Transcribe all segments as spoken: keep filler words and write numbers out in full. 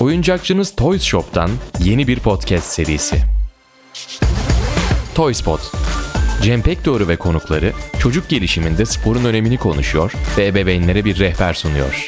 Oyuncakçınız Toys Shop'tan yeni bir podcast serisi. Toyspot. Cem Pekdoğru ve konukları çocuk gelişiminde sporun önemini konuşuyor ve ebeveynlere bir rehber sunuyor.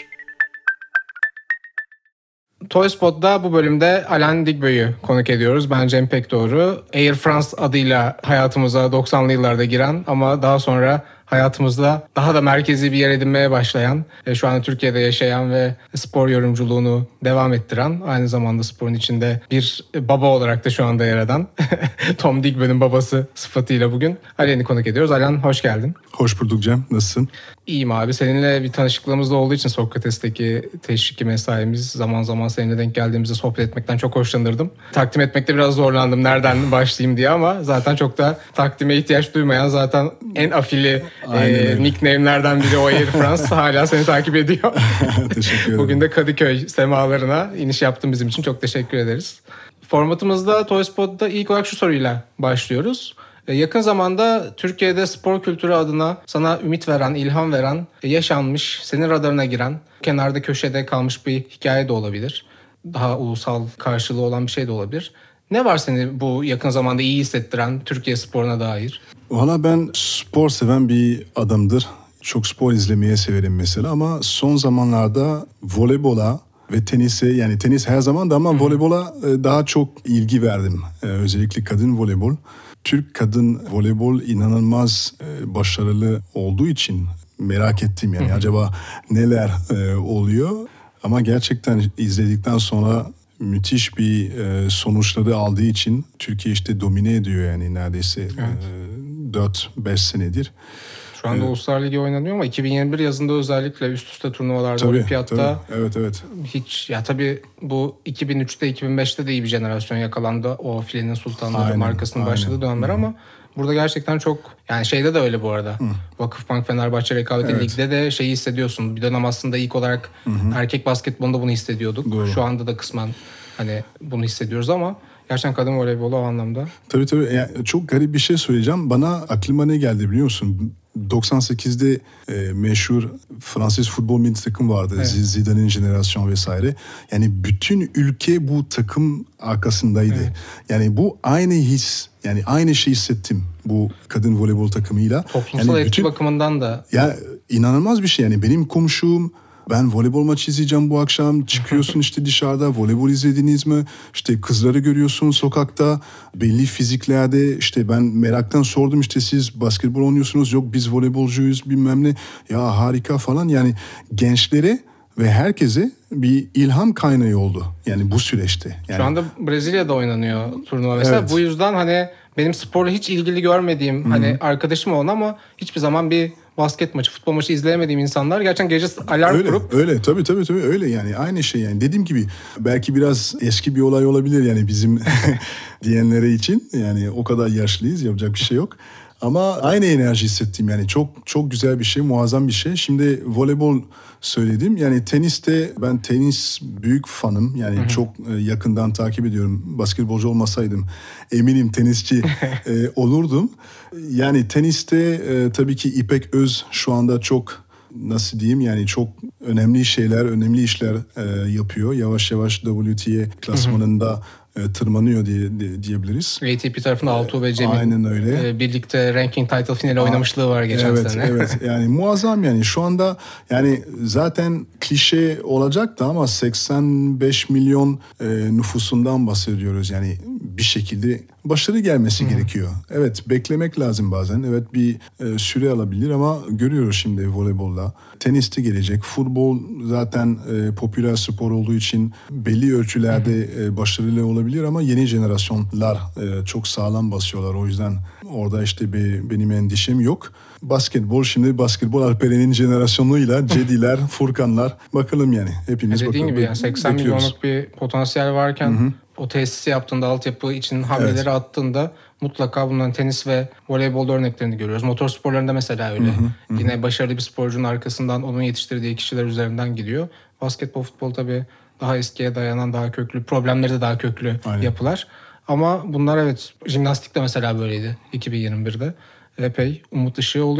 Toyspot'da bu bölümde Alain Digbeu'yu konuk ediyoruz. Ben Cem Pekdoğru. Air France adıyla hayatımıza doksanlı yıllarda giren ama daha sonra hayatımızda daha da merkezi bir yer edinmeye başlayan, şu an Türkiye'de yaşayan ve spor yorumculuğunu devam ettiren, aynı zamanda sporun içinde bir baba olarak da şu anda yer eden Tom Digbeu'nun babası sıfatıyla bugün Alain'i konuk ediyoruz. Alain, hoş geldin. Hoş bulduk Cem. Nasılsın? İyiyim abi. Seninle bir tanışıklığımız da olduğu için Sokrates'teki teşviki mesaimiz, zaman zaman seninle denk geldiğimizde sohbet etmekten çok hoşlanırdım. Takdim etmekte biraz zorlandım nereden başlayayım diye ama zaten çok da takdime ihtiyaç duymayan, zaten en afili e, nickname'lerden biri o Air France hala seni takip ediyor. Teşekkür ederim. Bugün de Kadıköy semalarına iniş yaptın bizim için. Çok teşekkür ederiz. Formatımızda Toyspot'ta ilk olarak şu soruyla başlıyoruz. Yakın zamanda Türkiye'de spor kültürü adına sana ümit veren, ilham veren, yaşanmış, senin radarına giren, kenarda köşede kalmış bir hikaye de olabilir. Daha ulusal karşılığı olan bir şey de olabilir. Ne var seni bu yakın zamanda iyi hissettiren Türkiye sporuna dair? Valla ben spor seven bir adamdır. Çok spor izlemeye severim mesela ama son zamanlarda voleybola ve tenise, yani tenis her zaman da ama Hı-hı. voleybola daha çok ilgi verdim. Özellikle kadın voleybol. Türk kadın voleybol inanılmaz başarılı olduğu için merak ettim yani Hı-hı. acaba neler oluyor. Ama gerçekten izledikten sonra müthiş bir sonuçları aldığı için Türkiye işte domine ediyor yani neredeyse evet. dört beş senedir. Şu anda evet. Uluslar Ligi oynanıyor ama iki bin yirmi bir yazında özellikle üst üste turnuvalarda, tabii, olimpiyatta tabii. Evet, evet. hiç ya tabii bu iki bin üçte iki bin beşte de iyi bir jenerasyon yakalandı. O Filenin Sultanları aynen, markasının aynen. başladığı dönemler Hı-hı. ama burada gerçekten çok, yani şeyde de öyle bu arada. Hı. Vakıfbank Fenerbahçe rekabeti evet. ligde de şeyi hissediyorsun. Bir dönem aslında ilk olarak Hı-hı. erkek basketbolunda bunu hissediyorduk. Doğru. Şu anda da kısmen hani bunu hissediyoruz ama gerçekten kadın voleybolu o anlamda. Tabii tabii. Yani çok garip bir şey söyleyeceğim. Bana aklıma ne geldi biliyor musun? doksan sekizde e, meşhur Fransız futbol milli takım vardı. Evet. Zidane'in jenerasyon vesaire. Yani bütün ülke bu takım arkasındaydı. Evet. Yani bu aynı his, yani aynı şey hissettim bu kadın voleybol takımıyla. Toplumsal yani etki bütün, bakımından da. Ya inanılmaz bir şey yani. Benim komşum, ben voleybol maçı izleyeceğim bu akşam. Çıkıyorsun işte dışarıda, voleybol izlediniz mi? İşte kızları görüyorsun sokakta. Belli fiziklerde, işte ben meraktan sordum, işte siz basketbol oynuyorsunuz. Yok biz voleybolcuyuz bilmem ne. Ya harika falan, yani gençlere ve herkese bir ilham kaynağı oldu. Yani bu süreçte. Yani, şu anda Brezilya'da oynanıyor turnuva mesela. Evet. Bu yüzden hani benim sporla hiç ilgili görmediğim Hı-hı. hani arkadaşım olan ama hiçbir zaman bir basket maçı, futbol maçı izleyemediğim insanlar gerçekten gece alarm öyle, kurup... Öyle, tabii tabii tabii öyle yani aynı şey yani. Dediğim gibi belki biraz eski bir olay olabilir yani bizim diyenlere için. Yani o kadar yaşlıyız, yapacak bir şey yok. Ama aynı enerji hissettim yani, çok çok güzel bir şey, muazzam bir şey. Şimdi voleybol söyledim, yani teniste ben tenis büyük fanım yani. Hı hı. Çok yakından takip ediyorum. Basketbolcu olmasaydım eminim tenisçi e, olurdum. Yani teniste e, tabii ki İpek Öz şu anda çok, nasıl diyeyim yani, çok önemli şeyler, önemli işler e, yapıyor. Yavaş yavaş W T A klasmanında hı hı. tırmanıyor diye, diye diyebiliriz. A T P tarafında Altuğ ve Cem'in aynen öyle. birlikte ranking title finali oynamışlığı var geçen evet, sene. Evet yani muazzam yani şu anda, yani zaten klişe olacaktı ama seksen beş milyon e, nüfusundan bahsediyoruz. Yani bir şekilde başarı gelmesi Hı-hı. gerekiyor. Evet, beklemek lazım bazen. Evet, bir e, süre alabilir ama görüyoruz şimdi voleybolla. Tenis de gelecek. Futbol zaten e, popüler spor olduğu için belli ölçülerde e, başarılı olabilir ama yeni jenerasyonlar e, çok sağlam basıyorlar. O yüzden orada işte bir, benim endişem yok. Basketbol, şimdi basketbol Alperen'in jenerasyonuyla Cediler, Furkanlar, bakalım yani hepimiz ya dediğin bakalım. gibi yani seksen milyonluk bir potansiyel varken Hı-hı. o tesisi yaptığında, altyapı için hamleleri evet. attığında mutlaka bundan tenis ve voleybol örneklerini görüyoruz. Motor sporlarında mesela öyle. Hı hı, Yine hı. başarılı bir sporcunun arkasından onun yetiştirdiği kişiler üzerinden gidiyor. Basketbol, futbol tabii daha eskiye dayanan, daha köklü, problemleri de daha köklü Aynen. yapılar. Ama bunlar evet, jimnastik de mesela böyleydi iki bin yirmi birde. Epey umut ışığı oluyor.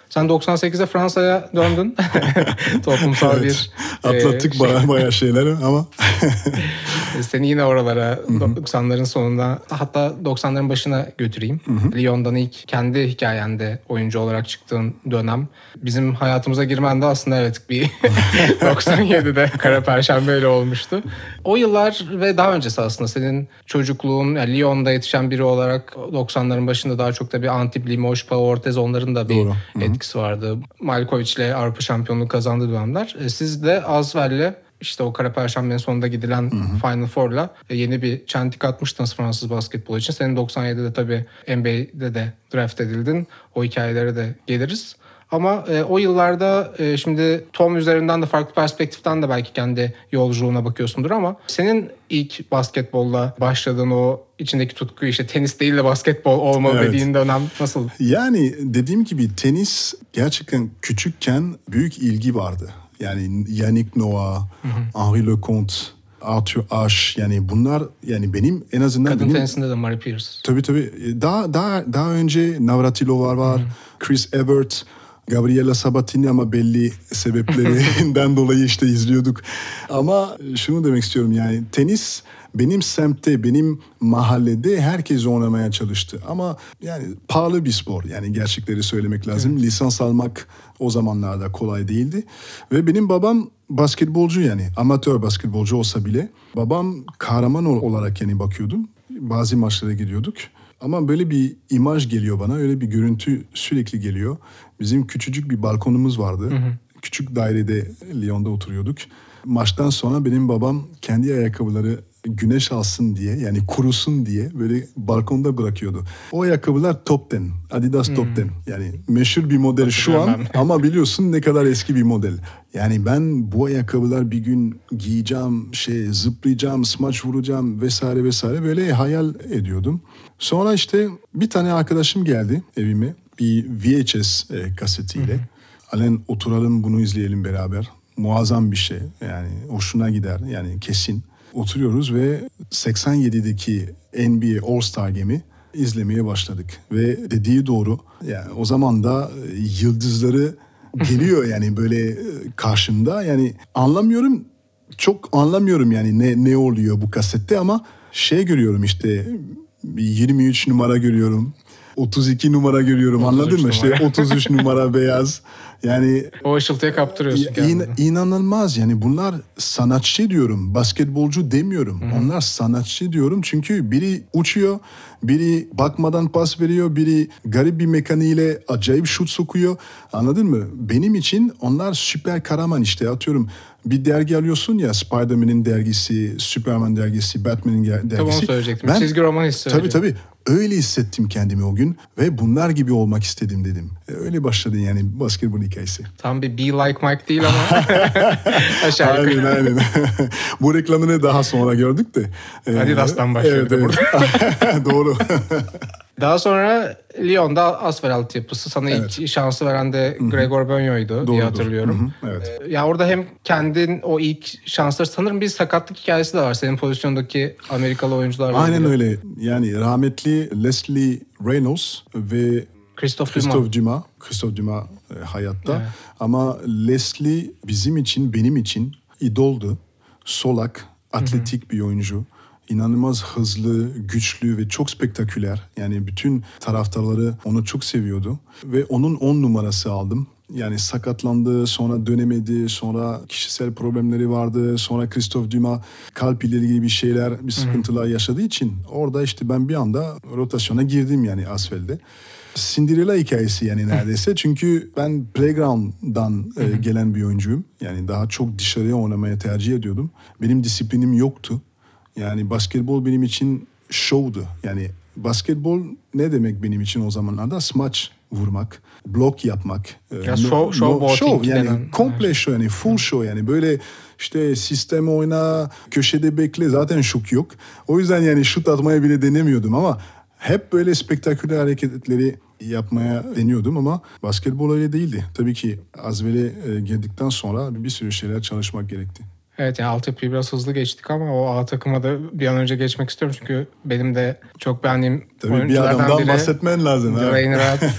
Sen doksan sekizde Fransa'ya döndün. Toplumsal bir... Atlattık e, bayağı bayağı şeyleri ama... Seni yine oralara doksanların sonunda, hatta doksanların başına götüreyim. Lyon'dan ilk kendi hikayende oyuncu olarak çıktığın dönem. Bizim hayatımıza girmen de aslında evet bir doksan yedide Kara Perşembe ile olmuştu. O yıllar ve daha öncesi aslında senin çocukluğun, yani Lyon'da yetişen biri olarak doksanların başında daha çok da bir Antip, Limoges, Pau Orthez, onların da bir Doğru. etkisi vardı. Malkovic'le Avrupa şampiyonluğu kazandığı dönemler. Siz de Asvel'le işte o Kara Perşembe'nin sonunda gidilen hı hı. Final Four'la yeni bir çentik atmıştınız Fransız basketbol için. Senin doksan yedide tabii N B A'de de draft edildin. O hikayelere de geliriz. Ama e, o yıllarda e, şimdi Tom üzerinden de farklı perspektiften de belki kendi yolculuğuna bakıyorsundur ama senin ilk basketbolla başladığın o içindeki tutku, işte tenis değil de basketbol olmalı evet. dediğin dönem nasıl? Yani dediğim gibi tenis gerçekten küçükken büyük ilgi vardı. Yani Yannick Noah, hı hı. Henri Leconte, Arthur Ashe, yani bunlar yani benim en azından... Kadın benim, tenisinde de Mary Pierce. Tabii tabii. Daha daha daha önce Navratilova var, hı hı. Chris Evert, Gabriela Sabatini ama belli sebeplerinden dolayı işte izliyorduk. Ama şunu demek istiyorum, yani tenis benim semtte, benim mahallede herkes oynamaya çalıştı. Ama yani pahalı bir spor, yani gerçekleri söylemek lazım. Evet. Lisans almak o zamanlarda kolay değildi. Ve benim babam basketbolcu, yani amatör basketbolcu olsa bile babam kahraman olarak yani bakıyordum. Bazı maçlara gidiyorduk. Ama böyle bir imaj geliyor bana, öyle bir görüntü sürekli geliyor. Bizim küçücük bir balkonumuz vardı. Hı hı. Küçük dairede Lyon'da oturuyorduk. Maçtan sonra benim babam kendi ayakkabıları güneş alsın diye, yani kurusun diye böyle balkonda bırakıyordu. O ayakkabılar top on, Adidas hmm. top on. Yani meşhur bir model şu an ama biliyorsun ne kadar eski bir model. Yani ben bu ayakkabılar bir gün giyeceğim, şey zıplayacağım, smaç vuracağım vesaire vesaire böyle hayal ediyordum. Sonra işte bir tane arkadaşım geldi evime bir V H S e, kasetiyle. Hmm. Alen oturalım bunu izleyelim beraber. Muazzam bir şey, yani hoşuna gider yani kesin. Oturuyoruz ve seksen yedideki N B A All-Star Game'i izlemeye başladık. Ve dediği doğru, yani o zaman da yıldızları geliyor yani böyle karşımda. Yani anlamıyorum, çok anlamıyorum yani ne ne oluyor bu kasette ama şey görüyorum işte yirmi üç numara görüyorum. otuz iki numara görüyorum, anladın mı? İşte otuz üç numara beyaz. Yani o ışıltıya kaptırıyorsun kendini. İnanılmaz yani, bunlar sanatçı diyorum. Basketbolcu demiyorum. Hı-hı. Onlar sanatçı diyorum çünkü biri uçuyor, biri bakmadan pas veriyor, biri garip bir mekaniğiyle acayip şut sokuyor. Anladın mı? Benim için onlar süper kahraman işte, atıyorum. Bir dergi alıyorsun ya, Spider-Man'in dergisi, Superman dergisi, Batman'in dergisi. Tamam, söyleyecektim. Ben, çizgi roman hissediyorum. Tabii tabii. Öyle hissettim kendimi o gün ve bunlar gibi olmak istedim dedim. Öyle başladı yani basketbol hikayesi. Tam bir Be Like Mike değil ama aşağı yukarı. Aynen aynen. Bu reklamını daha sonra gördük de. Adidas'tan başladı evet, burada. Evet. Doğru. Daha sonra Lyon'da Asvel altyapısı sana evet. ilk şansı veren de Gregor Bönyo'ydu diye hatırlıyorum. Hı hı. Evet. Ee, ya orada hem kendin o ilk şansları, sanırım bir sakatlık hikayesi de var senin pozisyondaki Amerikalı oyuncularla. Aynen ilgili. Öyle. Yani rahmetli Leslie Reynolds ve Christophe, Christophe Dumas. Christophe Dumas e, hayatta. Evet. Ama Leslie bizim için, benim için idoldu. Solak, atletik hı hı. bir oyuncu. İnanılmaz hızlı, güçlü ve çok spektaküler. Yani bütün taraftarları onu çok seviyordu. Ve onun on numarası aldım. Yani sakatlandı, sonra dönemedi, sonra kişisel problemleri vardı. Sonra Christophe Dumas kalp ile ilgili bir şeyler, bir sıkıntılar yaşadığı için orada işte ben bir anda rotasyona girdim yani Asvel'de. Cinderella hikayesi yani neredeyse. Çünkü ben playground'dan e, gelen bir oyuncuyum. Yani daha çok dışarıya oynamaya tercih ediyordum. Benim disiplinim yoktu. Yani basketbol benim için şovdu. Yani basketbol ne demek benim için o zamanlarda? Smaç vurmak, blok yapmak. Ya show, show, no, show yani denen. Komple show yani full Hı. show yani böyle işte sistem oyna, köşede bekle, zaten şut yok. O yüzden yani şut atmaya bile denemiyordum ama hep böyle spektaküler hareketleri yapmaya deniyordum ama basketbol öyle değildi. Tabii ki Asvel'e geldikten sonra bir sürü şeyler çalışmak gerekti. Evet, yani altyapıyı biraz hızlı geçtik ama o A takıma da bir an önce geçmek istiyorum çünkü benim de çok beğendiğim tabii oyunculardan biri. Tabii bir adamdan bahsetmen lazım. Dwayne Wade.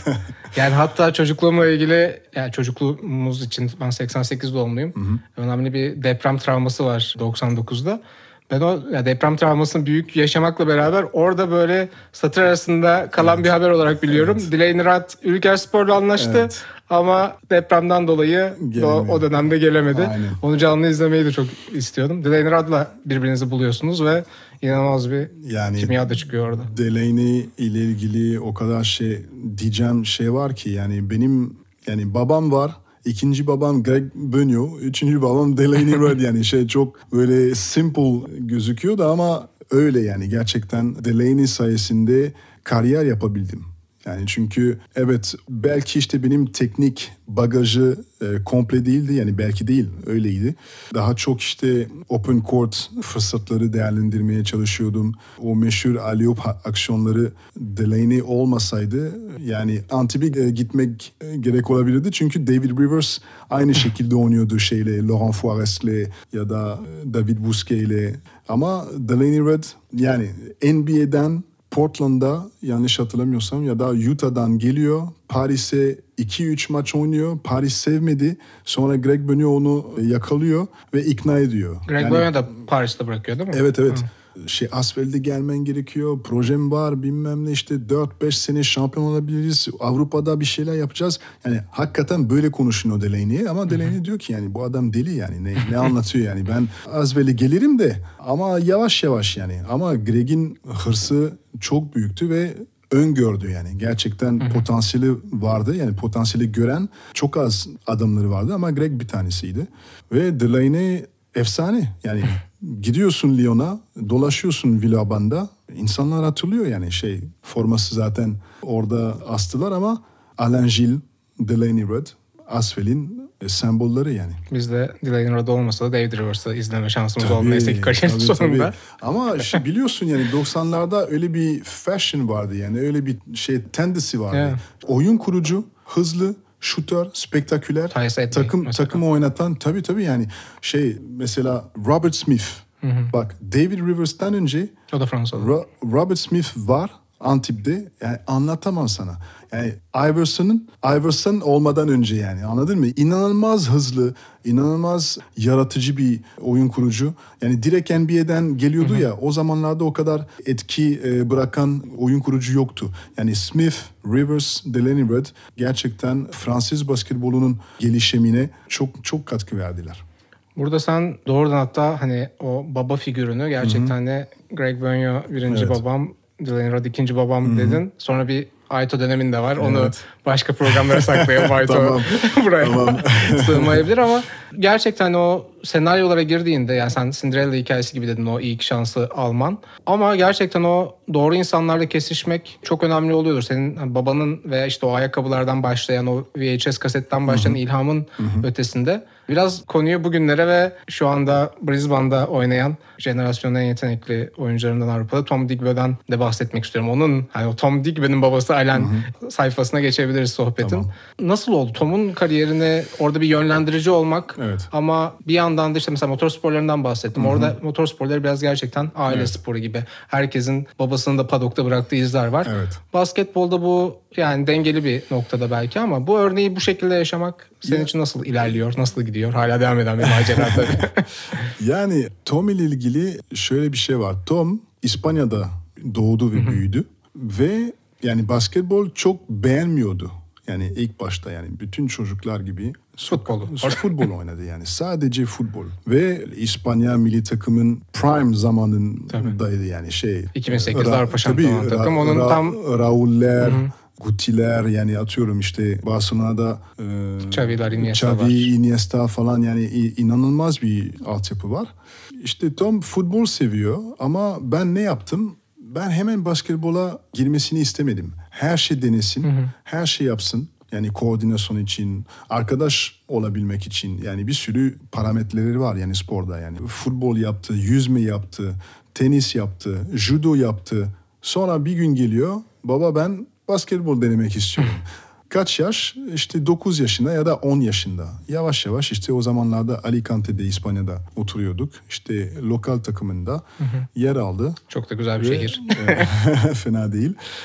Yani hatta çocukluğumla ilgili, yani çocukluğumuz için ben seksen sekiz doğumluyum. Hı hı. Önemli bir deprem travması var doksan dokuzda. Ben o ya deprem travmasını büyük yaşamakla beraber orada böyle satır arasında kalan evet. bir haber olarak biliyorum. Evet. Delaney Rudd Ülkerspor'la anlaştı evet. ama depremden dolayı o, o dönemde gelemedi. Aynen. Onu canlı izlemeyi de çok istiyordum. Delaney Rudd'la birbirinizi buluyorsunuz ve inanılmaz bir yani, kimya da çıkıyor orada. Delaney ile ilgili o kadar şey diyeceğim şey var ki yani benim yani babam var. İkinci babam Greg Bonyo, üçüncü babam Delaney Rudd yani şey çok böyle simple gözüküyordu ama öyle yani gerçekten Delaney sayesinde kariyer yapabildim. Yani çünkü evet belki işte benim teknik bagajı e, komple değildi yani belki değil öyleydi. Daha çok işte open court fırsatları değerlendirmeye çalışıyordum. O meşhur alley-oop aksiyonları Delaney olmasaydı yani Antibes e, gitmek e, gerek olabilirdi. Çünkü David Rivers aynı şekilde oynuyordu şeyle Laurent Fouares'le ya da David Bousquet'le. Ama Delaney Rudd yani N B A'den Portland'da yanlış hatırlamıyorsam ya da Utah'dan geliyor. Paris'e iki üç maç oynuyor. Paris sevmedi. Sonra Greg Bonyo onu yakalıyor ve ikna ediyor. Greg yani, Bonyo da Paris'te bırakıyor değil mi? Evet evet. Hı. Şey Asfeld'e gelmen gerekiyor. Projem var bilmem ne işte dört beş sene şampiyon olabiliriz. Avrupa'da bir şeyler yapacağız. Yani hakikaten böyle konuşuyor Delaney ama Delaney diyor ki yani bu adam deli yani ne, ne anlatıyor yani ben Asfeld'e gelirim de ama yavaş yavaş yani. Ama Greg'in hırsı çok büyüktü ve öngördü yani. Gerçekten Hı-hı. potansiyeli vardı. Yani potansiyeli gören çok az adamları vardı ama Greg bir tanesiydi. Ve Delaney efsane yani. Gidiyorsun Lyon'a, dolaşıyorsun Villeurbanne'da. İnsanlar hatırlıyor yani şey forması zaten orada astılar ama Alain Gilles, Delaney Rudd, Asfel'in e, sembolleri yani. Biz de Delaney Rudd olmasa da David Rivers'ı izleme şansımız oldu neyse ki kariyerin sonunda. Tabii. Ama şey, biliyorsun yani doksanlarda öyle bir fashion vardı yani öyle bir şey tendency vardı. Yeah. Oyun kurucu, hızlı, şutör, spektaküler, takım mesela. takımı oynatan tabii tabii yani şey mesela Robert Smith. Hı hı. Bak David Rivers'tan önce o da Fransa'da. Ro- Robert Smith var Antibes'te. Yani anlatamam sana. Yani Iverson'ın Iverson olmadan önce yani anladın mı? İnanılmaz hızlı, inanılmaz yaratıcı bir oyun kurucu. Yani direkt N B A'den geliyordu hı hı. ya o zamanlarda o kadar etki e, bırakan oyun kurucu yoktu. Yani Smith, Rivers, Delaney Rudd gerçekten Fransız basketbolunun gelişimine çok çok katkı verdiler. Burada sen doğrudan hatta hani o baba figürünü gerçekten hani Greg Bonyo birinci evet. babam, Delaney Rudd ikinci babam Hı-hı. dedin. Sonra bir Aito dönemin de var. Onu evet. başka programlara saklayalım. Aito tamam. buraya tamam. sığmayabilir ama gerçekten o senaryolara girdiğinde yani sen Cinderella hikayesi gibi dedin o ilk şansı alman. Ama gerçekten o doğru insanlarla kesişmek çok önemli oluyordur. Senin babanın veya işte o ayakkabılardan başlayan o V H S kasetten başlayan Hı-hı. ilhamın Hı-hı. ötesinde. Biraz konuyu bugünlere ve şu anda Brisbane'da oynayan jenerasyonun en yetenekli oyuncularından Avrupa'da Tom Digbo'dan de bahsetmek istiyorum. Onun hani o Tom Digbo'nun babası Alain Hı-hı. sayfasına geçebiliriz sohbetin. Tamam. Nasıl oldu? Tom'un kariyerini orada bir yönlendirici olmak evet. ama bir yandan da işte mesela motorsporlarından bahsettim. Hı-hı. Orada motorsporları biraz gerçekten aile evet. sporu gibi. Herkesin babasının da padokta bıraktığı izler var. Evet. Basketbolda bu yani dengeli bir noktada belki ama bu örneği bu şekilde yaşamak senin ya. için nasıl ilerliyor? Nasıl gidiyor? Hala devam eden bir macera tabii. Yani Tom ile ilgili şöyle bir şey var. Tom İspanya'da doğdu ve büyüdü ve yani basketbol çok beğenmiyordu. Yani ilk başta yani bütün çocuklar gibi futbolu. futbol oynadı yani. Sadece futbol. Ve İspanya milli takımın prime zamanındaydı yani şey. iki bin sekizde Avrupa şampiyonu takım. Ra- Onun Ra- tam Raul'ler, Guti'ler yani atıyorum işte Barcelona'da e, Xavi'ler, Iniesta Xavi, var. Iniesta falan yani inanılmaz bir altyapı var. İşte Tom futbol seviyor ama ben ne yaptım? Ben hemen basketbola girmesini istemedim. Her şey denesin, hı hı. her şey yapsın. Yani koordinasyon için, arkadaş olabilmek için yani bir sürü parametreleri var yani sporda yani. Futbol yaptı, yüzme yaptı, tenis yaptı, judo yaptı. Sonra bir gün geliyor, baba ben basketbol denemek istiyorum. Kaç yaş? İşte dokuz yaşında ya da on yaşında. Yavaş yavaş işte o zamanlarda Alicante'de İspanya'da oturuyorduk. İşte lokal takımında hı hı. yer aldı. Çok da güzel bir Ve, şehir. Fena değil.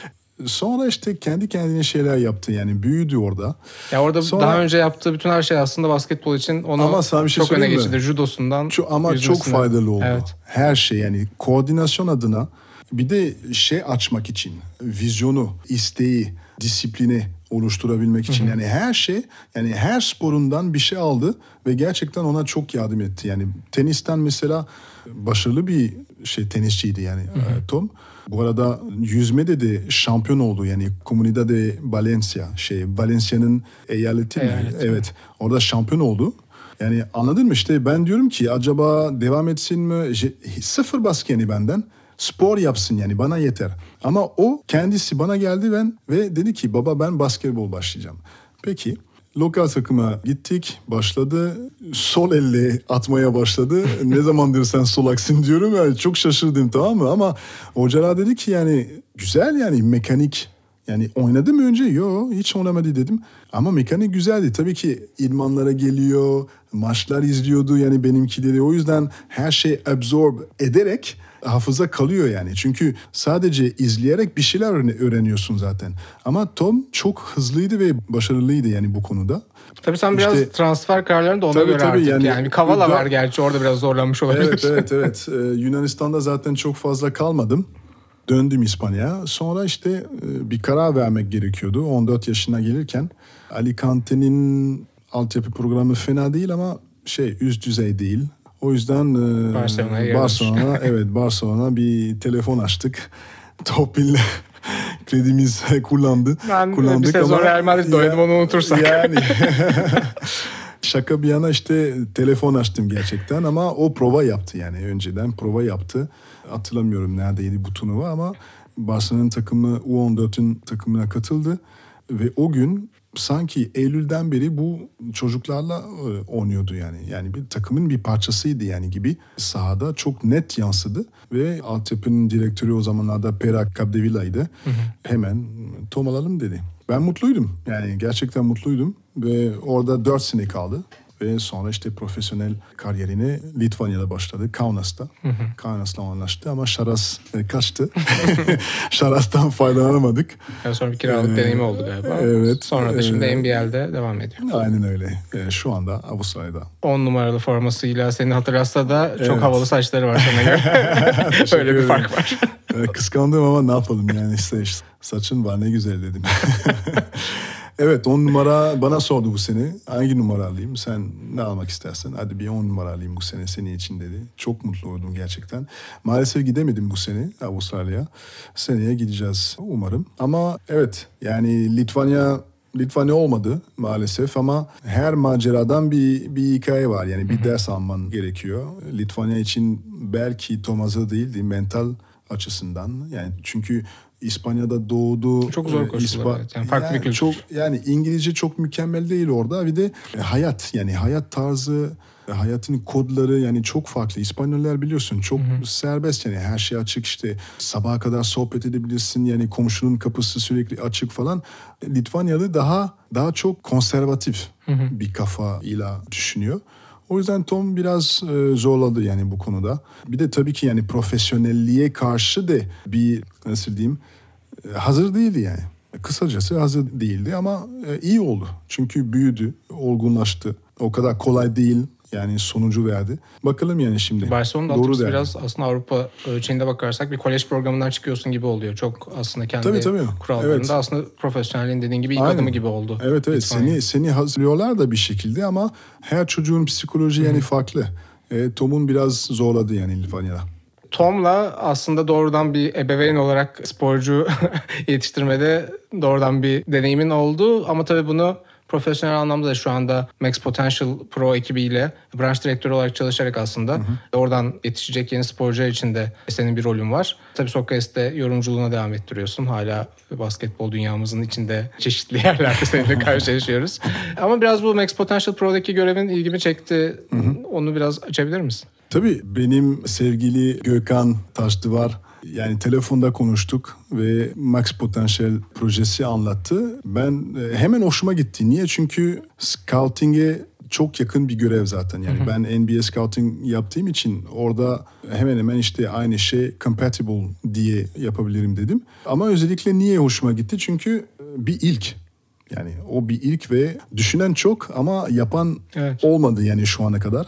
Sonra işte kendi kendine şeyler yaptı yani büyüdü orada. Ya orada Sonra, daha önce yaptığı bütün her şey aslında basketbol için onu ama sana bir şey çok öne söyleyeyim mi? geçirdi. Judosundan Çok, ama yüzmesinden. çok faydalı oldu. Evet. Her şey yani koordinasyon adına bir de şey açmak için vizyonu, isteği, disiplini oluşturabilmek için. Hı hı. Yani her şey yani her sporundan bir şey aldı ve gerçekten ona çok yardım etti. Yani tenisten mesela başarılı bir şey tenisçiydi yani hı hı. Tom. Bu arada yüzmede de şampiyon oldu yani Comunidad de Valencia şey Valencia'nın eyaleti mi? Eyalet. Evet. Orada şampiyon oldu. Yani anladın mı işte ben diyorum ki acaba devam etsin mi? Sıfır baskı yani benden. Spor yapsın yani bana yeter. Ama o kendisi bana geldi ben ve dedi ki baba ben basketbol başlayacağım. Peki lokal takıma gittik başladı sol elle atmaya başladı. Ne zamandır sen sol aksın diyorum yani çok şaşırdım tamam mı ama hocalar dedi ki yani güzel yani mekanik yani oynadı mı önce? Yok hiç oynamadı dedim. Ama mekanik güzeldi. Tabii ki idmanlara geliyor, maçlar izliyordu yani benimkileri. O yüzden her şey absorb ederek hafıza kalıyor yani. Çünkü sadece izleyerek bir şeyler öğreniyorsun zaten. Ama Tom çok hızlıydı ve başarılıydı yani bu konuda. Tabii sen biraz işte, transfer kararlarını da ona tabii, göre tabii artık yani. yani bir Kavala da, var gerçi orada biraz zorlanmış olabilir. Evet evet evet. Ee, Yunanistan'da zaten çok fazla kalmadım. Döndüm İspanya'ya. Sonra işte bir karar vermek gerekiyordu. on dört yaşına gelirken Alicante'nin altyapı programı fena değil ama şey üst düzey değil. O yüzden Barcelona'ya Barcelona evet Barcelona bir telefon açtık. Topil'le kredimiz kullandı. Ben Kullandık bir sezon ama Real Madrid'de oynadım onu unutursak. Yani şaka bir yana işte telefon açtım gerçekten ama o prova yaptı yani önceden prova yaptı. Hatırlamıyorum neredeydi bu turnuva ama Barcelona'nın takımı U on dört'ün takımına katıldı ve o gün sanki Eylül'den beri bu çocuklarla oynuyordu yani. Yani bir takımın bir parçasıydı yani gibi sahada çok net yansıdı ve altyapının direktörü o zamanlarda Pera Capdevilla'ydı. Hı hı. Hemen Tom alalım dedi. Ben mutluydum yani gerçekten mutluydum ve orada dört sene kaldı. Ve sonra işte profesyonel kariyerine Litvanya'da başladı. Kaunas'ta. Hı hı. Kaunas'la anlaştı ama Şaras e, kaçtı. Şaras'tan faydalanamadık. Yani sonra bir kiralık ee, deneyimi oldu galiba. Evet. Sonra da e, şimdi N B L'de devam ediyor. Aynen öyle. E, şu anda Avustralya'da. on numaralı formasıyla seni hatırlatsa da çok evet. havalı saçları var sana göre. Öyle bir fark var. Kıskandım ama ne yapalım yani işte, işte saçın var ne güzel dedim. Evet on numara bana sordu bu sene. Hangi numara alayım? Sen ne almak istersen? Hadi bir on numara alayım bu sene senin için dedi. Çok mutlu oldum gerçekten. Maalesef gidemedim bu sene Avustralya'ya. Seneye gideceğiz umarım. Ama evet yani Litvanya Litvanya olmadı maalesef ama her maceradan bir bir hikaye var. Yani bir ders alman gerekiyor. Litvanya için belki Tom hazır değildi mental açısından. Yani çünkü İspanya'da doğdu. Çok zor koşullar. İspa- evet. Yani farklı yani bir kültür. Çok, yani İngilizce çok mükemmel değil orada. Bir de hayat yani hayat tarzı, hayatın kodları yani çok farklı. İspanyollar biliyorsun çok hı hı. serbest yani her şey açık işte. Sabaha kadar sohbet edebilirsin yani komşunun kapısı sürekli açık falan. Litvanyalı daha daha çok konservatif hı hı. bir kafayla düşünüyor. O yüzden Tom biraz e, zorladı yani bu konuda. Bir de tabii ki yani profesyonelliğe karşı da bir nasıl diyeyim e, hazır değildi yani. Kısacası hazır değildi ama e, iyi oldu. Çünkü büyüdü, olgunlaştı. O kadar kolay değil yani sonucu verdi. Bakalım yani şimdi. Barcelona'da altyapısı biraz aslında Avrupa ölçeğinde bakarsak bir kolej programından çıkıyorsun gibi oluyor. Çok aslında kendi tabii, tabii. kurallarında evet. aslında profesyonelliğin dediğin gibi ilk Aynen. adımı gibi oldu. Evet evet Litvanya. seni seni hazırlıyorlar da bir şekilde ama her çocuğun psikoloji yani farklı. E, Tom'un biraz zorladı yani Litvanya'da. Tom'la aslında doğrudan bir ebeveyn olarak sporcu yetiştirmede doğrudan bir deneyimin oldu ama tabii bunu profesyonel anlamda da şu anda Max Potential Pro ekibiyle branş direktörü olarak çalışarak aslında hı hı. oradan yetişecek yeni sporcular için de senin bir rolün var. Tabii Sokrates'te yorumculuğuna devam ettiriyorsun. Hala basketbol dünyamızın içinde çeşitli yerlerde seninle karşılaşıyoruz. Ama biraz bu Max Potential Pro'daki görevin ilgimi çekti. Hı hı. Onu biraz açabilir misin? Tabii benim sevgili Gökhan Taştıvar yani telefonda konuştuk ve Max Potential projesi anlattı. Ben hemen hoşuma gitti. Niye? Çünkü scouting'e çok yakın bir görev zaten. Yani ben N B A scouting yaptığım için orada hemen hemen işte aynı şey compatible diye yapabilirim dedim. Ama özellikle niye hoşuma gitti? Çünkü bir ilk. Yani o bir ilk ve düşünen çok ama yapan evet. olmadı yani şu ana kadar.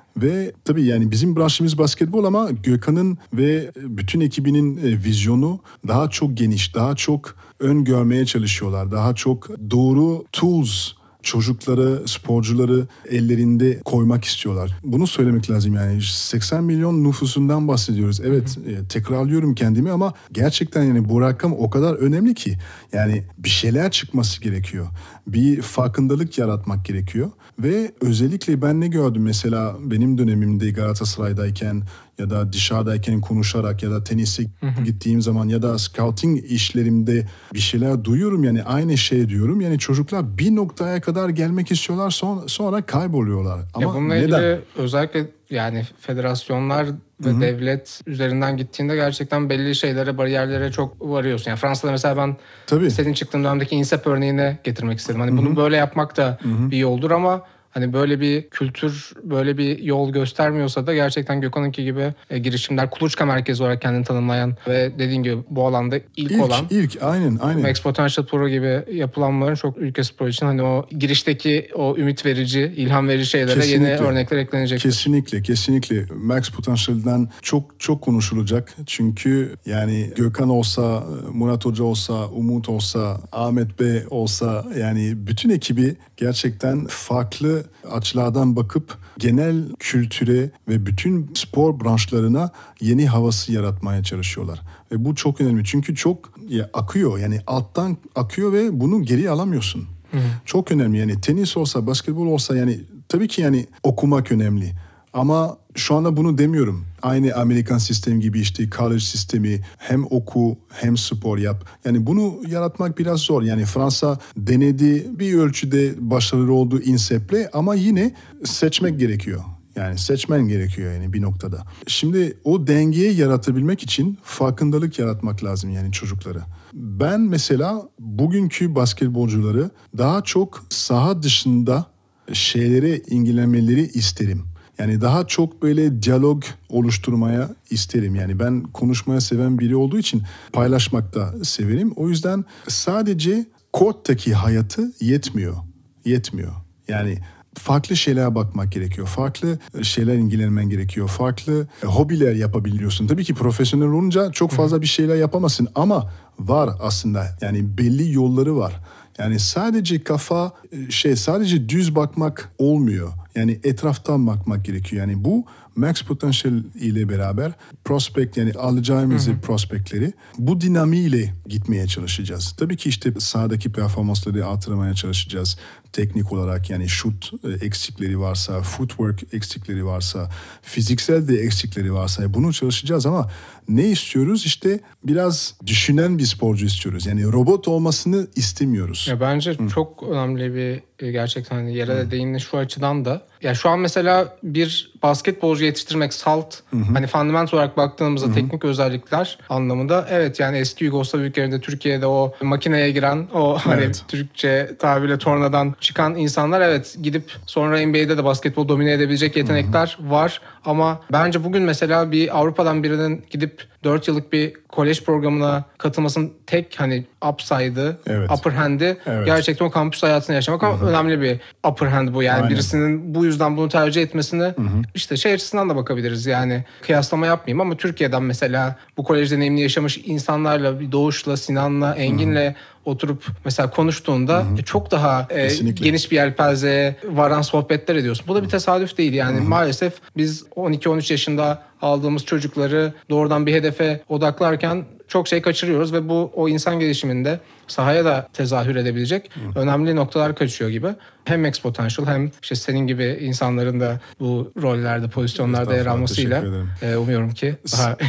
Ve tabii yani bizim branşımız basketbol ama Gökhan'ın ve bütün ekibinin vizyonu daha çok geniş, daha çok öngörmeye çalışıyorlar. Daha çok doğru tools çocukları, sporcuları ellerinde koymak istiyorlar. Bunu söylemek lazım yani. seksen milyon nüfusundan bahsediyoruz. Evet, hı hı. tekrarlıyorum kendimi ama gerçekten yani bu rakam o kadar önemli ki. Yani bir şeyler çıkması gerekiyor. Bir farkındalık yaratmak gerekiyor. Ve özellikle ben ne gördüm mesela benim dönemimde Galatasaray'dayken ya da dışarıdayken konuşarak ya da tenise hı hı. gittiğim zaman ya da scouting işlerimde bir şeyler duyuyorum yani aynı şey diyorum. Yani çocuklar bir noktaya kadar gelmek istiyorlar sonra, sonra kayboluyorlar. Ama ya bununla neden? ilgili özellikle yani federasyonlar ve Hı-hı. devlet üzerinden gittiğinde gerçekten belli şeylere, bariyerlere çok varıyorsun. Yani Fransa'da mesela ben Tabii. senin çıktığın dönemdeki INSEP örneğini getirmek istedim. Hani Hı-hı. bunu böyle yapmak da Hı-hı. bir yoldur ama hani böyle bir kültür, böyle bir yol göstermiyorsa da gerçekten Gökhan'ınki gibi e, girişimler, kuluçka merkezi olarak kendini tanımlayan ve dediğin gibi bu alanda ilk, ilk olan ilk aynen aynen Max Potential Pro gibi yapılanmaların çok ülke spor için hani o girişteki o ümit verici, ilham verici şeylere kesinlikle, yeni örnekler eklenecektir. Kesinlikle, kesinlikle. Max Potential'dan çok çok konuşulacak. Çünkü yani Gökhan olsa, Murat Hoca olsa, Umut olsa, Ahmet Bey olsa yani bütün ekibi gerçekten farklı açılardan bakıp genel kültüre ve bütün spor branşlarına yeni havası yaratmaya çalışıyorlar. Ve bu çok önemli çünkü çok ya, akıyor yani alttan akıyor ve bunu geri alamıyorsun. Hı hı. Çok önemli yani tenis olsa, basketbol olsa yani tabii ki yani okumak önemli. Ama şu anda bunu demiyorum. Aynı Amerikan sistemi gibi işte college sistemi hem oku hem spor yap. Yani bunu yaratmak biraz zor. Yani Fransa denedi bir ölçüde başarılı oldu INSEP'le ama yine seçmek gerekiyor. Yani seçmen gerekiyor yani bir noktada. Şimdi o dengeyi yaratabilmek için farkındalık yaratmak lazım yani çocuklara. Ben mesela bugünkü basketbolcuları daha çok saha dışında şeylere ilgilenmeleri isterim. Yani daha çok böyle diyalog oluşturmaya isterim. Yani ben konuşmaya seven biri olduğu için paylaşmak da severim. O yüzden sadece korttaki hayatı yetmiyor. Yetmiyor. Yani farklı şeylere bakmak gerekiyor. Farklı şeyler ilgilenmen gerekiyor. Farklı hobiler yapabiliyorsun. Tabii ki profesyonel olunca çok fazla bir şeyler yapamazsın ama var aslında. Yani belli yolları var. Yani sadece kafa şey sadece düz bakmak olmuyor. Yani etraftan bakmak gerekiyor. Yani bu Max Potential ile beraber prospect yani alacağımız prospektleri bu dinamiğiyle gitmeye çalışacağız. Tabii ki işte sahadaki performansları artırmaya çalışacağız. Teknik olarak yani şut eksikleri varsa, footwork eksikleri varsa, fiziksel de eksikleri varsa bunu çalışacağız ama ne istiyoruz? İşte biraz düşünen bir sporcu istiyoruz. Yani robot olmasını istemiyoruz. Ya bence Hı. çok önemli bir gerçekten hani yere de değindi şu açıdan da. Ya şu an mesela bir basketbolcu yetiştirmek salt hı hı. hani fundamental olarak baktığımızda hı hı. teknik özellikler anlamında evet yani eski Yugoslav ülkelerinde Türkiye'de o makineye giren o hani evet. Türkçe tabirle tornadan çıkan insanlar evet gidip sonra N B A'de de basketbol domine edebilecek yetenekler hı hı. var ama bence bugün mesela bir Avrupa'dan birinin gidip dört yıllık bir kolej programına katılmasının tek hani upside'ı, evet. upper hand'i evet. gerçekten o kampüs hayatını yaşamak ama Hı-hı. önemli bir upper hand bu. Yani Aynen. birisinin bu yüzden bunu tercih etmesini Hı-hı. işte şey açısından da bakabiliriz. Yani kıyaslama yapmayayım ama Türkiye'den mesela bu kolej deneyimini yaşamış insanlarla bir Doğuş'la, Sinan'la, Engin'le Hı-hı. oturup mesela konuştuğunda Hı-hı. çok daha e, geniş bir yelpazeye varan sohbetler ediyorsun. Bu da bir tesadüf değil. Yani Hı-hı. maalesef biz on iki on üç yaşında aldığımız çocukları doğrudan bir hedefe odaklarken çok şey kaçırıyoruz ve bu o insan gelişiminde sahaya da tezahür edebilecek Hı. önemli noktalar kaçıyor gibi. Hem Max Potential hem işte senin gibi insanların da bu rollerde, pozisyonlarda yer almasıyla e, umuyorum ki daha...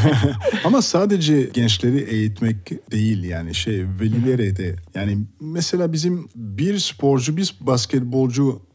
Ama sadece gençleri eğitmek değil yani şey velilere de yani mesela bizim bir sporcu, bir basketbolcu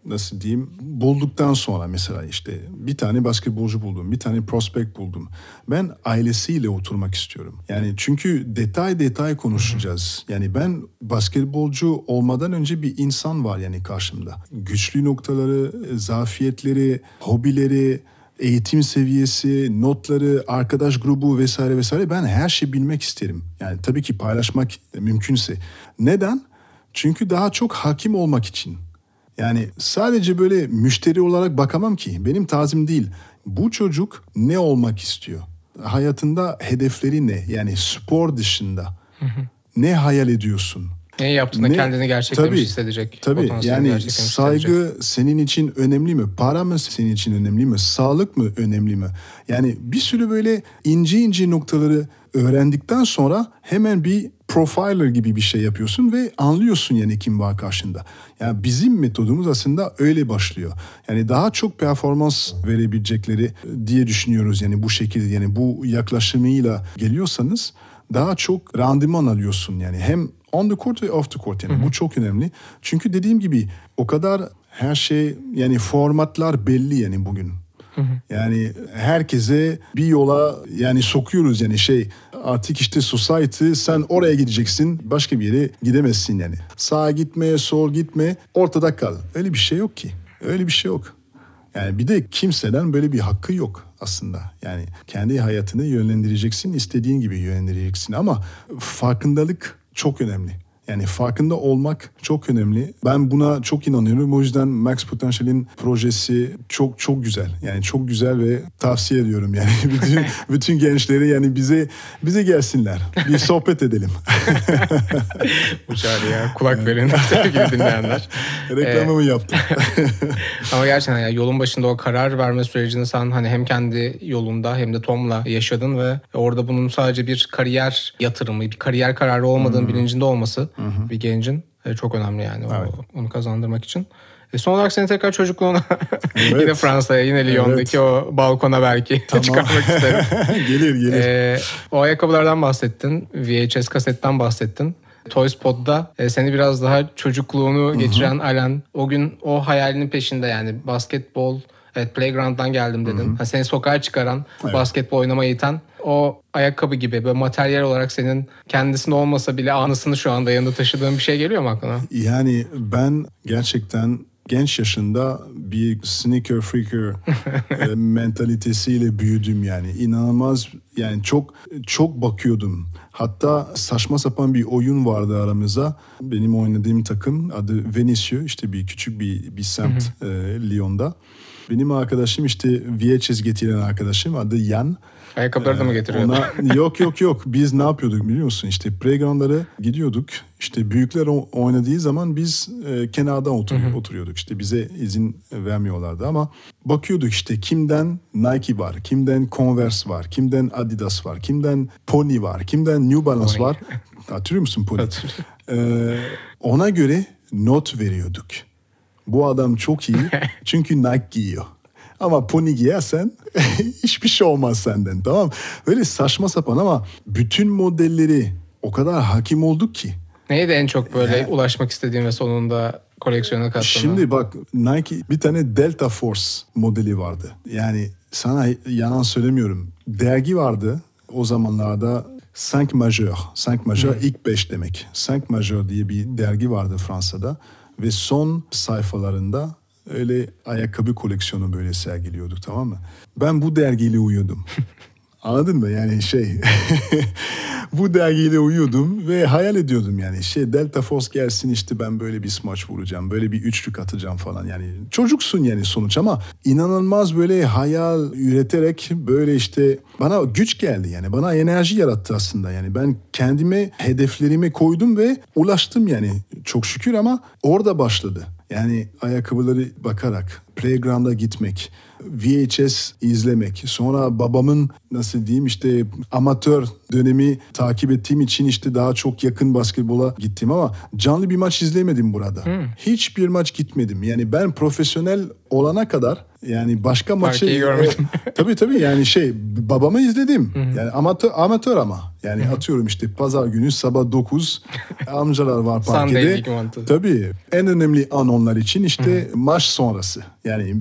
nasıl diyeyim bulduktan sonra mesela işte bir tane basketbolcu buldum, bir tane prospect buldum. Ben ailesiyle oturmak istiyorum. Yani çünkü detay detay konuşacağız. Yani ben basketbolcu olmadan önce bir insan var yani karşımda. Güçlü noktaları, zafiyetleri, hobileri, eğitim seviyesi, notları, arkadaş grubu vesaire vesaire ben her şeyi bilmek isterim. Yani tabii ki paylaşmak mümkünse. Neden? Çünkü daha çok hakim olmak için. Yani sadece böyle müşteri olarak bakamam ki. Benim tarzım değil. Bu çocuk ne olmak istiyor? Hayatında hedefleri ne? Yani spor dışında. Hı hı. Ne hayal ediyorsun? Ne yaptığında ne, kendini gerçeklemiş tabii, hissedecek. Tabii yani saygı hissedecek. Senin için önemli mi? Para mı senin için önemli mi? Sağlık mı önemli mi? Yani bir sürü böyle ince ince noktaları öğrendikten sonra hemen bir profiler gibi bir şey yapıyorsun ve anlıyorsun yani kim var karşında. Yani bizim metodumuz aslında öyle başlıyor. Yani daha çok performans verebilecekleri diye düşünüyoruz yani bu şekilde yani bu yaklaşımıyla geliyorsanız daha çok randıman alıyorsun yani hem on the court ve off the court yani hı hı. Bu çok önemli. Çünkü dediğim gibi o kadar her şey yani formatlar belli yani bugün. Hı hı. Yani herkese bir yola yani sokuyoruz yani şey artık işte society sen oraya gideceksin başka bir yere gidemezsin yani. Sağa gitme, sol gitme, ortada kal. Öyle bir şey yok ki. Öyle bir şey yok. Yani bir de kimseden böyle bir hakkı yok aslında. Yani kendi hayatını yönlendireceksin, istediğin gibi yönlendireceksin ama farkındalık çok önemli. Yani farkında olmak çok önemli. Ben buna çok inanıyorum. O yüzden Max Potential'in projesi çok çok güzel. Yani çok güzel ve tavsiye ediyorum. Yani bütün bütün gençlere yani bize bize gelsinler. Bir sohbet edelim. Bu çağrıya kulak verin sevgili dinleyenler. Reklamımı ee, yaptım. Ama gerçekten yani yolun başında o karar verme sürecini sen hani hem kendi yolunda hem de Tom'la yaşadın ve orada bunun sadece bir kariyer yatırımı, bir kariyer kararı olmadığın hmm. bilincinde olması Hı-hı. bir gencin çok önemli yani evet. o, onu kazandırmak için. E son olarak seni tekrar çocukluğuna evet. yine Fransa'ya yine Lyon'daki evet. o balkona belki tamam. çıkarmak isterim. gelir gelir. E, o ayakkabılardan bahsettin. V H S kasetten bahsettin. Toyspot'da e, seni biraz daha çocukluğunu Hı-hı. geçiren Alan o gün o hayalinin peşinde yani basketbol evet playground'dan geldim dedin. Ha, seni sokağa çıkaran, evet. basketbol oynamaya iten o ayakkabı gibi böyle materyal olarak senin kendisinde olmasa bile anısını şu anda yanında taşıdığın bir şey geliyor mu aklına? Yani ben gerçekten genç yaşında bir sneaker freaker mentalitesiyle büyüdüm yani. İnanılmaz yani çok çok bakıyordum. Hatta saçma sapan bir oyun vardı aramızda. Benim oynadığım takım adı Venisieux işte bir küçük bir bir semt e, Lyon'da. Benim arkadaşım işte V H S getiren arkadaşım adı Yan. Ayakkabıları da mı getiriyordu? Ona, yok yok yok. Biz ne yapıyorduk biliyor musun? İşte playgroundlara gidiyorduk. İşte büyükler oynadığı zaman biz e, kenarda otur, hı hı. oturuyorduk. İşte bize izin vermiyorlardı ama bakıyorduk işte kimden Nike var, kimden Converse var, kimden Adidas var, kimden Pony var, kimden New Balance Pony. var. Hatırlıyor musun Pony? ee, ona göre not veriyorduk. Bu adam çok iyi çünkü Nike giyiyor. Ama pony giyersen hiçbir şey olmaz senden, tamam. Böyle saçma sapan ama bütün modelleri o kadar hakim olduk ki. Neydi en çok böyle yani, ulaşmak istediğin ve sonunda koleksiyona kattığın? Şimdi bak Nike bir tane Delta Force modeli vardı. Yani sana yalan söylemiyorum. Dergi vardı o zamanlarda Cinq Majeur. Cinq Majeur hmm. ilk beş demek. Cinq Majeur diye bir dergi vardı Fransa'da. Ve son sayfalarında öyle ayakkabı koleksiyonu böyle sergiliyorduk, tamam mı? Ben bu dergiyle uyuyordum. Anladın mı? Yani şey bu dergiyle uyuyordum ve hayal ediyordum yani. Şey Delta Force gelsin işte ben böyle bir smaç vuracağım. Böyle bir üçlük atacağım falan yani. Çocuksun yani sonuç ama inanılmaz böyle hayal üreterek böyle işte bana güç geldi yani. Bana enerji yarattı aslında yani. Ben kendime hedeflerimi koydum ve ulaştım yani. Çok şükür ama orada başladı. Yani ayakkabıları bakarak playground'a gitmek, V H S izlemek, sonra babamın nasıl diyeyim işte amatör dönemi takip ettiğim için işte daha çok yakın basketbola gittim ama canlı bir maç izlemedim burada. Hmm. Hiçbir maç gitmedim. Yani ben profesyonel olana kadar yani başka maçı Parkeyi görmedim. tabii tabii yani şey babamı izledim. Hmm. Yani amatör amatör ama yani hmm. atıyorum işte pazar günü sabah dokuz amcalar var parkede. Tabii en önemli an onlar için işte hmm. maç sonrası. Yani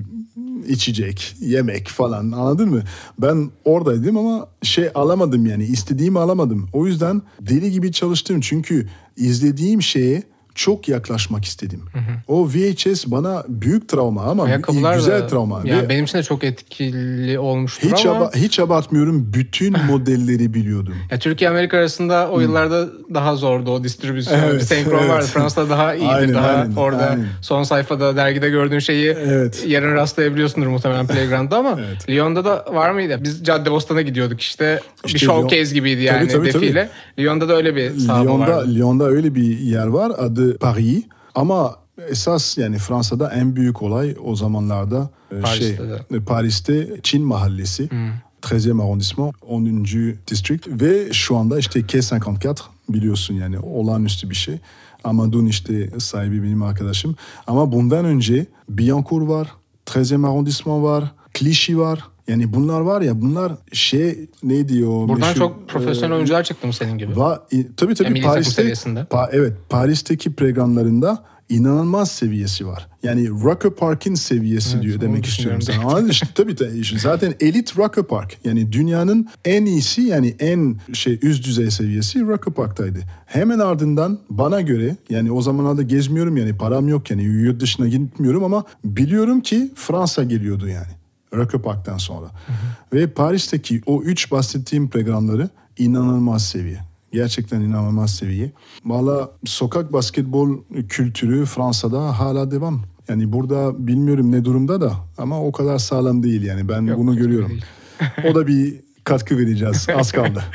içecek, yemek falan anladın mı? Ben oradaydım ama şey alamadım yani istediğimi alamadım. O yüzden deli gibi çalıştım çünkü izlediğim şeye çok yaklaşmak istedim. Hı hı. O V H S bana büyük travma ama güzel da, travma. Yani benim için de çok etkili olmuştur hiç ama. Aba, hiç abartmıyorum. Bütün modelleri biliyordum. Ya Türkiye Amerika arasında o yıllarda hmm. daha zordu o distribüsyon. Evet, senkron evet. vardı. Fransa'da daha iyidir. Aynen, daha aynen, orada aynen. Son sayfada dergide gördüğün şeyi evet. yarın rastlayabiliyorsundur muhtemelen Playground'da ama evet. Lyon'da da var mıydı? Biz Caddebostan'a gidiyorduk işte. işte bir showcase Lyon, gibiydi yani tabii, tabii, defile. Tabii. Lyon'da da öyle bir saha Lyon'da, vardı. Lyon'da öyle bir yer var. Adı Paris ama esas yani Fransa'da en büyük olay o zamanlarda Paris'te şey de. Paris'te Çin Mahallesi. Hmm. trezième arrondissement, onuncu district ve şu anda işte K kırk dört biliyorsun yani olağanüstü bir şey. Amadou'nun işte sahibi benim arkadaşım. Ama bundan önce Billancourt var, trezième arrondissement var, Clichy var. Yani bunlar var ya bunlar şey neydi o? Buradan meşhur, çok profesyonel e, oyuncular çıktı mı senin gibi? Va, e, tabii tabii yani Paris'te. Pa, evet Paris'teki programlarında inanılmaz seviyesi var. Yani Rucker Park'in seviyesi evet, diyor demek istiyorum sana. Ama işte tabii tabii zaten elit Rucker Park. Yani dünyanın en iyisi yani en şey üst düzey seviyesi Rucker Park'taydı. Hemen ardından bana göre yani o zamanlarda gezmiyorum yani param yok yani yurt dışına gitmiyorum ama biliyorum ki Fransa geliyordu yani. Rucker Park'tan sonra. Hı hı. Ve Paris'teki o üç bahsettiğim programları inanılmaz seviye. Gerçekten inanılmaz seviye. Valla sokak basketbol kültürü Fransa'da hala devam. Yani burada bilmiyorum ne durumda da ama o kadar sağlam değil yani ben Yok, bunu görüyorum. O da bir katkı vereceğiz. Az kaldı.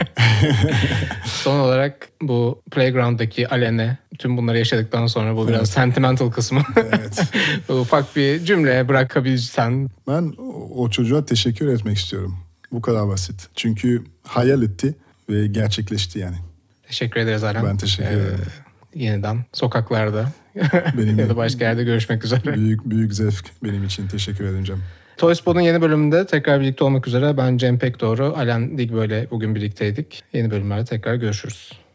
Son olarak bu Playground'daki Alain'e tüm bunları yaşadıktan sonra bu biraz evet. sentimental kısmı. Evet. Ufak bir cümle bırakabilirsen. Ben o çocuğa teşekkür etmek istiyorum. Bu kadar basit. Çünkü hayal etti ve gerçekleşti yani. Teşekkür ederiz Alain. Ben teşekkür ederim. Ee, yeniden sokaklarda benim ya da başka yerde görüşmek üzere. Büyük büyük zevk benim için. Teşekkür ederim Cem. Toyspot'un yeni bölümünde tekrar birlikte olmak üzere ben Cem Pekdoğru, Alain Digbeau'yla bugün birlikteydik. Yeni bölümlerde tekrar görüşürüz.